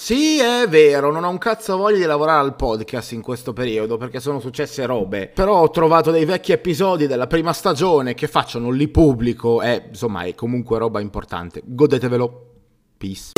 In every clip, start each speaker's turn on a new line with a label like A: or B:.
A: Sì, è vero, non ho un cazzo voglia di lavorare al podcast in questo periodo perché sono successe robe. Però ho trovato dei vecchi episodi della prima stagione che faccio, non li pubblico. Insomma, è comunque roba importante. Godetevelo. Peace.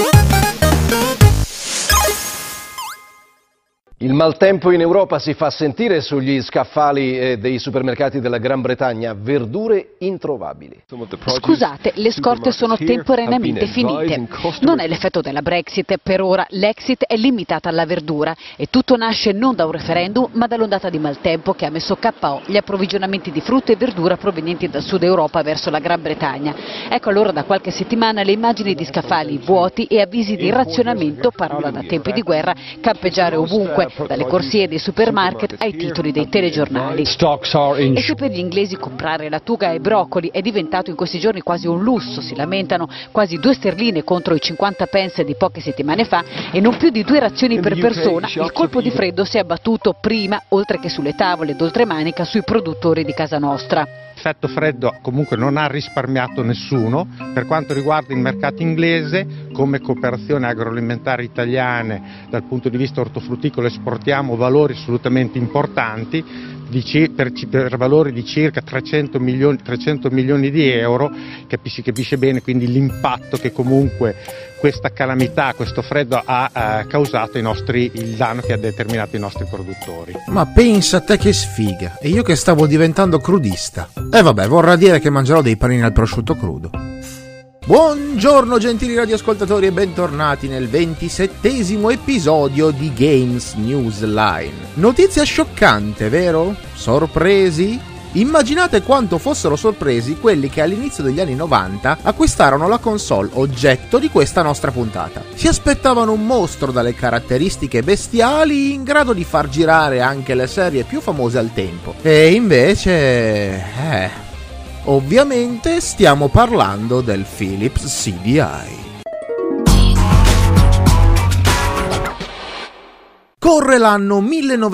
B: Il maltempo in Europa si fa sentire sugli scaffali dei supermercati della Gran Bretagna, verdure introvabili.
C: Scusate, le scorte sono temporaneamente finite. Non è l'effetto della Brexit, per ora l'exit è limitata alla verdura e tutto nasce non da un referendum ma dall'ondata di maltempo che ha messo KO gli approvvigionamenti di frutta e verdura provenienti dal sud Europa verso la Gran Bretagna. Ecco allora da qualche settimana le immagini di scaffali vuoti e avvisi di razionamento, parola da tempi di guerra, campeggiare ovunque, dalle corsie dei supermarket ai titoli dei telegiornali. E se per gli inglesi comprare lattuga e broccoli è diventato in questi giorni quasi un lusso, si lamentano, quasi 2 sterline contro i 50 pence di poche settimane fa e non più di 2 razioni per persona, il colpo di freddo si è abbattuto prima, oltre che sulle tavole d'oltremanica, sui produttori di casa nostra.
D: L'effetto freddo comunque non ha risparmiato nessuno. Per quanto riguarda il mercato inglese, come cooperazione agroalimentare italiane dal punto di vista ortofrutticolo esportiamo valori assolutamente importanti per valori di circa 300 milioni di euro, si capisce bene quindi l'impatto che comunque questa calamità, questo freddo ha causato il danno che ha determinato i nostri produttori.
A: Ma pensa a te che sfiga, e io che stavo diventando crudista. Vabbè, vorrà dire che mangerò dei panini al prosciutto crudo. Buongiorno gentili radioascoltatori e bentornati nel 27° episodio di Games Newsline. Notizia scioccante, vero? Sorpresi? Immaginate quanto fossero sorpresi quelli che all'inizio degli anni 90 acquistarono la console oggetto di questa nostra puntata. Si aspettavano un mostro dalle caratteristiche bestiali in grado di far girare anche le serie più famose al tempo. E invece... ovviamente stiamo parlando del Philips CDI. Corre l'anno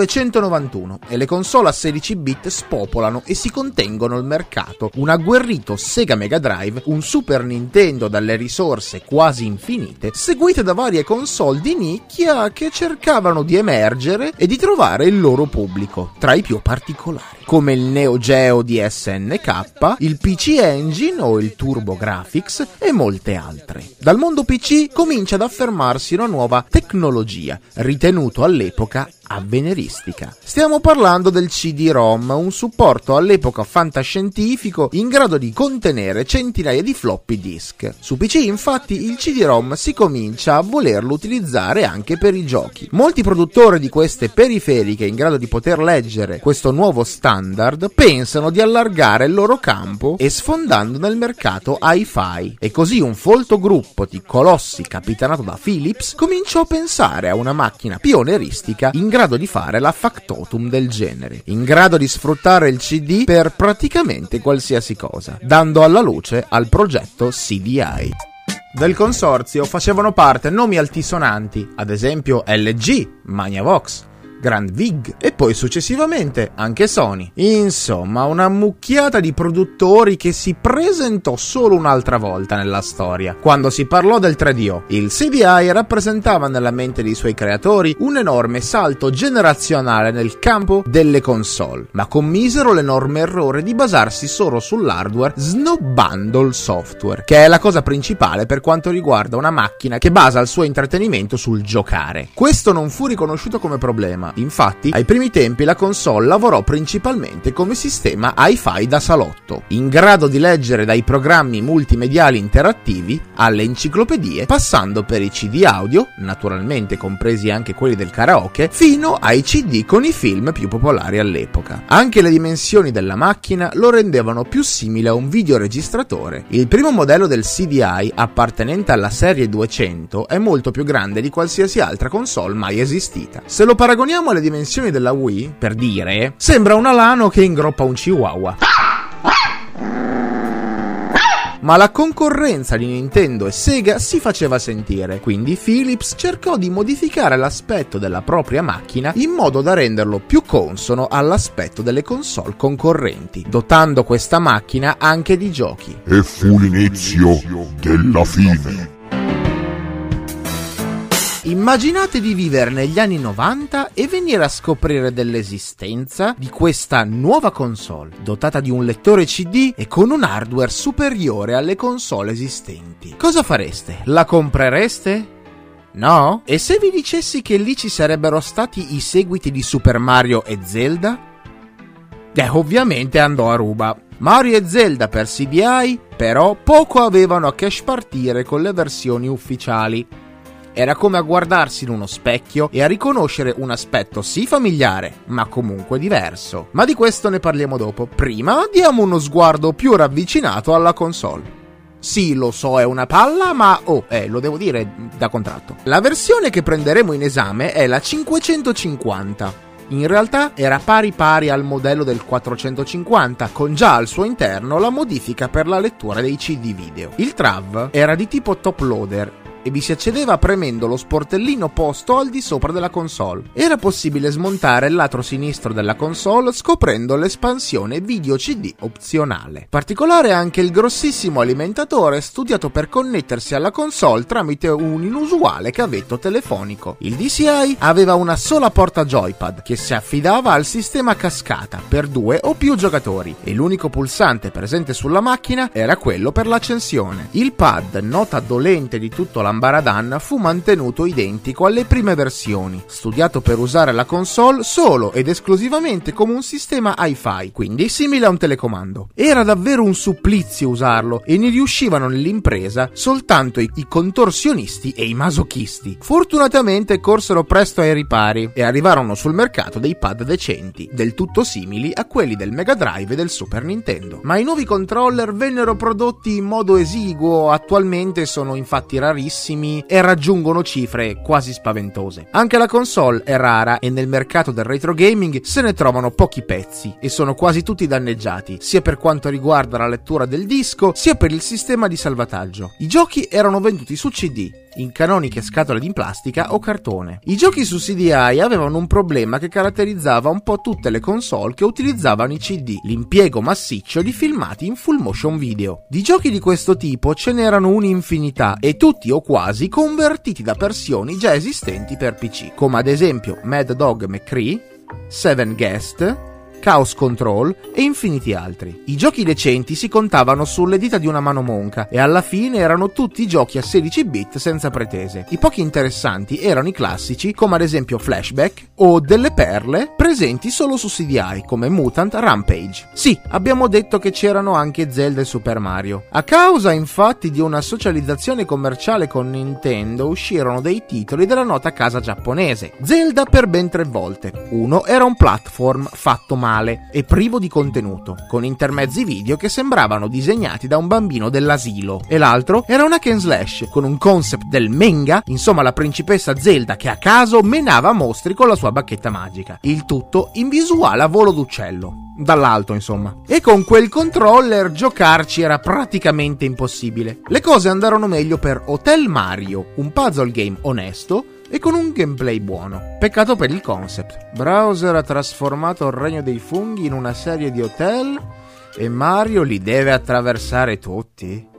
A: 1991 e le console a 16 bit spopolano e si contengono il mercato. Un agguerrito Sega Mega Drive, un Super Nintendo dalle risorse quasi infinite, seguite da varie console di nicchia che cercavano di emergere e di trovare il loro pubblico, tra i più particolari, come il Neo Geo di SNK, il PC Engine o il TurboGrafx e molte altre. Dal mondo PC comincia ad affermarsi una nuova tecnologia, ritenuto all'epoca avveniristica. Stiamo parlando del CD-ROM, un supporto all'epoca fantascientifico in grado di contenere centinaia di floppy disk. Su PC infatti il CD-ROM si comincia a volerlo utilizzare anche per i giochi. Molti produttori di queste periferiche in grado di poter leggere questo nuovo standard pensano di allargare il loro campo e sfondando nel mercato hi-fi. E così un folto gruppo di colossi capitanato da Philips cominciò a pensare a una macchina pionieristica in grado di fare la factotum del genere, in grado di sfruttare il CD per praticamente qualsiasi cosa, dando alla luce al progetto CDI. Del consorzio facevano parte nomi altisonanti, ad esempio LG, Magnavox, Grand Vig e poi successivamente anche Sony. Insomma, una mucchiata di produttori che si presentò solo un'altra volta nella storia, quando si parlò del 3DO. Il CDI rappresentava nella mente dei suoi creatori un enorme salto generazionale nel campo delle console, ma commisero l'enorme errore di basarsi solo sull'hardware snobbando il software, che è la cosa principale per quanto riguarda una macchina che basa il suo intrattenimento sul giocare. Questo non fu riconosciuto come problema. Infatti, ai primi tempi la console lavorò principalmente come sistema hi-fi da salotto, in grado di leggere dai programmi multimediali interattivi alle enciclopedie, passando per i CD audio, naturalmente compresi anche quelli del karaoke, fino ai CD con i film più popolari all'epoca. Anche le dimensioni della macchina lo rendevano più simile a un videoregistratore. Il primo modello del CDI, appartenente alla serie 200, è molto più grande di qualsiasi altra console mai esistita. Se lo paragoniamo alle dimensioni della Wii, per dire, sembra un alano che ingroppa un chihuahua. Ma la concorrenza di Nintendo e Sega si faceva sentire, quindi Philips cercò di modificare l'aspetto della propria macchina in modo da renderlo più consono all'aspetto delle console concorrenti, dotando questa macchina anche di giochi.
E: E fu l'inizio della fine.
A: Immaginate di vivere negli anni 90 e venire a scoprire dell'esistenza di questa nuova console, dotata di un lettore CD e con un hardware superiore alle console esistenti. Cosa fareste? La comprereste? No? E se vi dicessi che lì ci sarebbero stati i seguiti di Super Mario e Zelda? Ovviamente andò a ruba. Mario e Zelda per CDI, però poco avevano a che spartire con le versioni ufficiali. Era come a guardarsi in uno specchio e a riconoscere un aspetto sì familiare, ma comunque diverso. Ma di questo ne parliamo dopo. Prima diamo uno sguardo più ravvicinato alla console. Sì, lo so, è una palla, ma lo devo dire da contratto. La versione che prenderemo in esame è la 550. In realtà era pari al modello del 450, con già al suo interno la modifica per la lettura dei CD video. Il TRAV era di tipo top loader e vi si accedeva premendo lo sportellino posto al di sopra della console. Era possibile smontare il lato sinistro della console scoprendo l'espansione video CD opzionale. Particolare anche il grossissimo alimentatore studiato per connettersi alla console tramite un inusuale cavetto telefonico. Il DCi aveva una sola porta joypad che si affidava al sistema a cascata per 2 o più giocatori e l'unico pulsante presente sulla macchina era quello per l'accensione. Il pad, nota dolente di tutto l'ambaradan, fu mantenuto identico alle prime versioni, studiato per usare la console solo ed esclusivamente come un sistema hi-fi, quindi simile a un telecomando. Era davvero un supplizio usarlo e ne riuscivano nell'impresa soltanto i contorsionisti e i masochisti. Fortunatamente corsero presto ai ripari e arrivarono sul mercato dei pad decenti, del tutto simili a quelli del Mega Drive e del Super Nintendo. Ma i nuovi controller vennero prodotti in modo esiguo, attualmente sono infatti rarissimi e raggiungono cifre quasi spaventose. Anche la console è rara e nel mercato del retro gaming se ne trovano pochi pezzi e sono quasi tutti danneggiati, sia per quanto riguarda la lettura del disco, sia per il sistema di salvataggio. I giochi erano venduti su CD, in canoniche scatole di plastica o cartone. I giochi su CDI avevano un problema che caratterizzava un po' tutte le console che utilizzavano i CD, l'impiego massiccio di filmati in full motion video. Di giochi di questo tipo ce n'erano un'infinità e tutti o quasi convertiti da versioni già esistenti per PC, come ad esempio Mad Dog McCree, Seven Guest, Chaos Control e infiniti altri. I giochi decenti si contavano sulle dita di una mano monca e alla fine erano tutti giochi a 16 bit senza pretese. I pochi interessanti erano i classici come ad esempio Flashback o delle perle presenti solo su CDI come Mutant Rampage. Sì, abbiamo detto che c'erano anche Zelda e Super Mario. A causa infatti di una socializzazione commerciale con Nintendo uscirono dei titoli della nota casa giapponese. Zelda per ben 3 volte. Uno era un platform fatto male e privo di contenuto, con intermezzi video che sembravano disegnati da un bambino dell'asilo, e l'altro era un hack and slash con un concept del manga, insomma la principessa Zelda che a caso menava mostri con la sua bacchetta magica, il tutto in visuale a volo d'uccello, dall'alto insomma. E con quel controller giocarci era praticamente impossibile. Le cose andarono meglio per Hotel Mario, un puzzle game onesto e con un gameplay buono. Peccato per il concept. Bowser ha trasformato il regno dei funghi in una serie di hotel e Mario li deve attraversare tutti?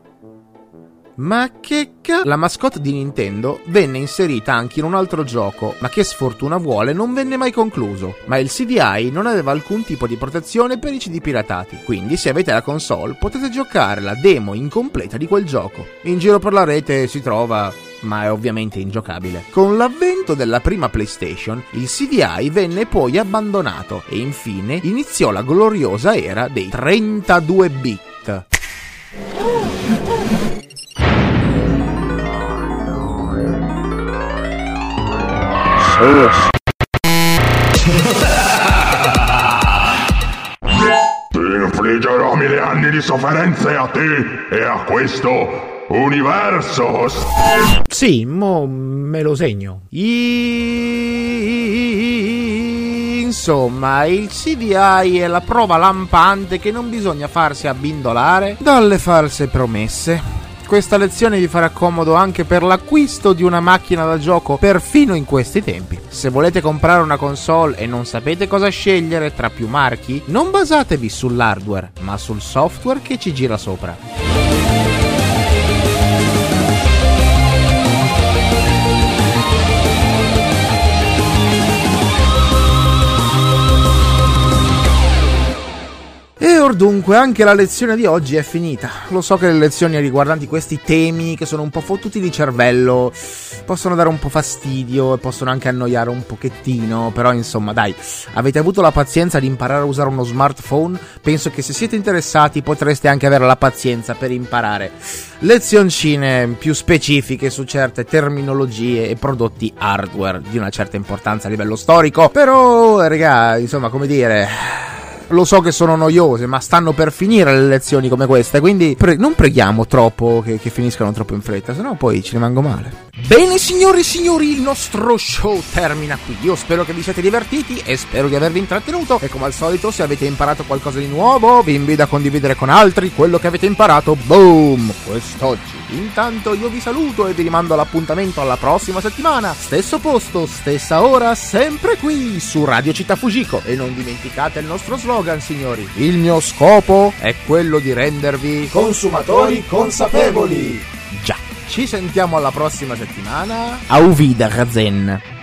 A: Ma che La mascotte di Nintendo venne inserita anche in un altro gioco, ma che sfortuna vuole non venne mai concluso. Ma il CDI non aveva alcun tipo di protezione per i CD piratati, quindi se avete la console potete giocare la demo incompleta di quel gioco. In giro per la rete si trova, ma è ovviamente ingiocabile. Con l'avvento della prima PlayStation, il CDI venne poi abbandonato e infine iniziò la gloriosa era dei 32 bit.
E: Ti infliggerò 1000 anni di sofferenze a te e a questo universo.
A: Sì, mo me lo segno. Insomma, il CDI è la prova lampante che non bisogna farsi abbindolare dalle false promesse. Questa lezione vi farà comodo anche per l'acquisto di una macchina da gioco, perfino in questi tempi. Se volete comprare una console e non sapete cosa scegliere tra più marchi, non basatevi sull'hardware, ma sul software che ci gira sopra. Allora dunque, anche la lezione di oggi è finita. Lo so che le lezioni riguardanti questi temi che sono un po' fottuti di cervello possono dare un po' fastidio e possono anche annoiare un pochettino, però insomma dai, avete avuto la pazienza di imparare a usare uno smartphone? Penso che se siete interessati potreste anche avere la pazienza per imparare lezioncine più specifiche su certe terminologie e prodotti hardware di una certa importanza a livello storico. Però raga, insomma, come dire, lo so che sono noiose, ma stanno per finire le lezioni come queste, quindi non preghiamo troppo che finiscano troppo in fretta, sennò poi ci rimango male. Bene signori e signori, il nostro show termina qui. Io spero che vi siate divertiti e spero di avervi intrattenuto, e come al solito, se avete imparato qualcosa di nuovo vi invito a condividere con altri quello che avete imparato. Boom! Quest'oggi. Intanto io vi saluto e vi rimando all'appuntamento alla prossima settimana, stesso posto, stessa ora, sempre qui su Radio Città Fujiko. E non dimenticate il nostro slogan, signori: il mio scopo è quello di rendervi consumatori consapevoli. Già, ci sentiamo alla prossima settimana. Auf Wiedersehen.